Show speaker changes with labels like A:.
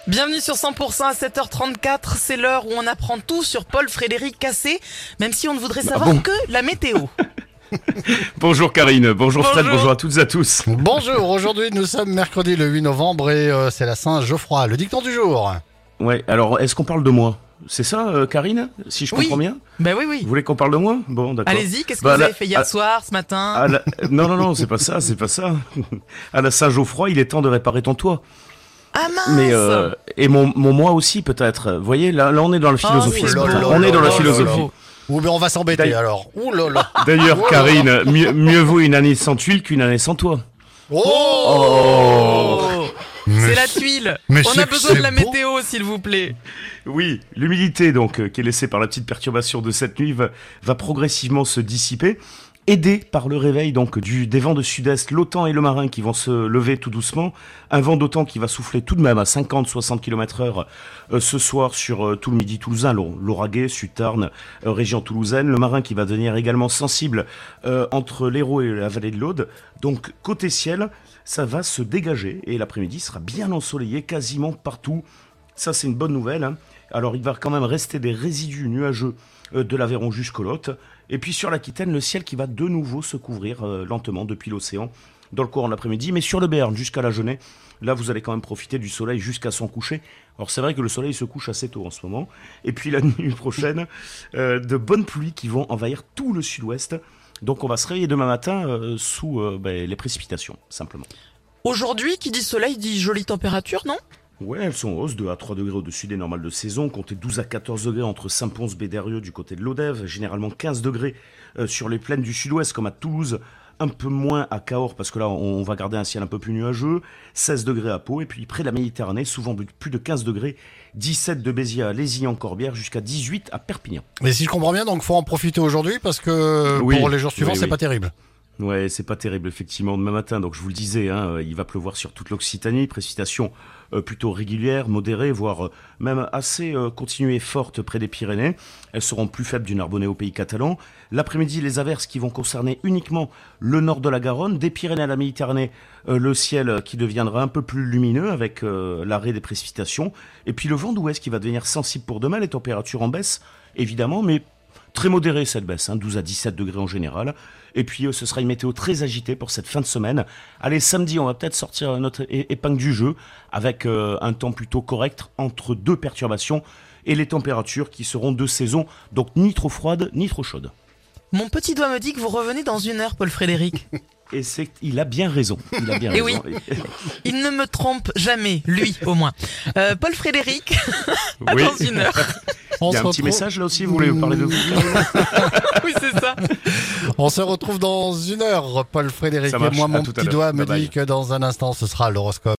A: Bienvenue sur 100% à 7h34, c'est l'heure où on apprend tout sur Paul-Frédéric Cassé, même si on ne voudrait savoir que la météo.
B: Bonjour Karine, bonjour Fred, bonjour à toutes et à tous.
C: Bonjour, aujourd'hui nous sommes mercredi le 8 novembre et c'est la Saint-Geoffroy, le dicton du jour.
B: Ouais, alors est-ce qu'on parle de moi ? C'est ça Karine, si je comprends bien ?
A: Ben oui.
B: Vous voulez qu'on parle de moi ? Bon, d'accord.
A: Allez-y, qu'est-ce que vous avez fait hier soir, ce matin ?
B: Non, c'est pas ça. À la Saint-Geoffroy, il est temps de réparer ton toit.
A: Ah mince.
B: Mais et mon moi aussi peut-être. Vous voyez, là on est dans la philosophie. On est dans la philosophie.
C: Ouh, mais on va s'embêter alors. Ouh là là.
B: D'ailleurs, Karine, mieux vaut une année sans tuile qu'une année sans toit.
A: Oh c'est la tuile.
C: Mais
A: on a besoin de la météo, s'il vous plaît.
B: Oui, l'humidité donc qui est laissée par la petite perturbation de cette nuit va progressivement se dissiper. Aidé par le réveil donc des vents de sud-est, l'OTAN et le marin qui vont se lever tout doucement, un vent d'OTAN qui va souffler tout de même à 50-60 km/h ce soir sur tout le midi toulousain, l'Lauragais, Sud-Tarn, région toulousaine, le marin qui va devenir également sensible entre l'Hérault et la vallée de l'Aude. Donc côté ciel, ça va se dégager et l'après-midi sera bien ensoleillé quasiment partout. Ça c'est une bonne nouvelle, hein. Alors il va quand même rester des résidus nuageux de l'Aveyron jusqu'au Lot. Et puis sur l'Aquitaine, le ciel qui va de nouveau se couvrir lentement depuis l'océan dans le courant de l'après-midi. Mais sur le Béarn jusqu'à la Genève, là vous allez quand même profiter du soleil jusqu'à son coucher. Alors c'est vrai que le soleil se couche assez tôt en ce moment. Et puis la nuit prochaine, de bonnes pluies qui vont envahir tout le sud-ouest. Donc on va se réveiller demain matin sous les précipitations, simplement.
A: Aujourd'hui, qui dit soleil dit jolie température, non ?
B: Ouais, elles sont en hausse, 2 à 3 degrés au-dessus des normales de saison, comptez 12 à 14 degrés entre Saint-Pons, Bédérieux du côté de l'Odève, généralement 15 degrés sur les plaines du sud-ouest comme à Toulouse, un peu moins à Cahors parce que là on va garder un ciel un peu plus nuageux, 16 degrés à Pau et puis près de la Méditerranée, souvent plus de 15 degrés, 17 de Béziers à Lézignan-Corbière jusqu'à 18 à Perpignan.
C: Mais si je comprends bien, donc faut en profiter aujourd'hui parce que pour les jours suivants c'est pas terrible.
B: Ouais, c'est pas terrible effectivement demain matin, donc je vous le disais, il va pleuvoir sur toute l'Occitanie, précipitations plutôt régulières, modérées, voire même assez continuées fortes près des Pyrénées. Elles seront plus faibles du Narbonnais au pays catalan. L'après-midi, les averses qui vont concerner uniquement le nord de la Garonne, des Pyrénées à la Méditerranée, le ciel qui deviendra un peu plus lumineux avec l'arrêt des précipitations, et puis le vent d'ouest qui va devenir sensible pour demain, les températures en baisse évidemment, mais très modérée cette baisse, 12 à 17 degrés en général. Et puis ce sera une météo très agitée pour cette fin de semaine. Allez, samedi, on va peut-être sortir notre épingle du jeu avec un temps plutôt correct entre deux perturbations et les températures qui seront de saison, donc ni trop froides ni trop chaudes.
A: Mon petit doigt me dit que vous revenez dans 1 heure, Paul-Frédéric.
B: Et il a bien raison.
A: Et oui, il ne me trompe jamais, lui au moins. Paul-Frédéric, dans 1 heure.
B: Il y a un petit message là aussi, vous voulez parler de vous?
A: Oui, c'est ça.
C: On se retrouve dans 1 heure, Paul-Frédéric. Et moi, mon petit doigt me dit que dans un instant, ce sera l'horoscope.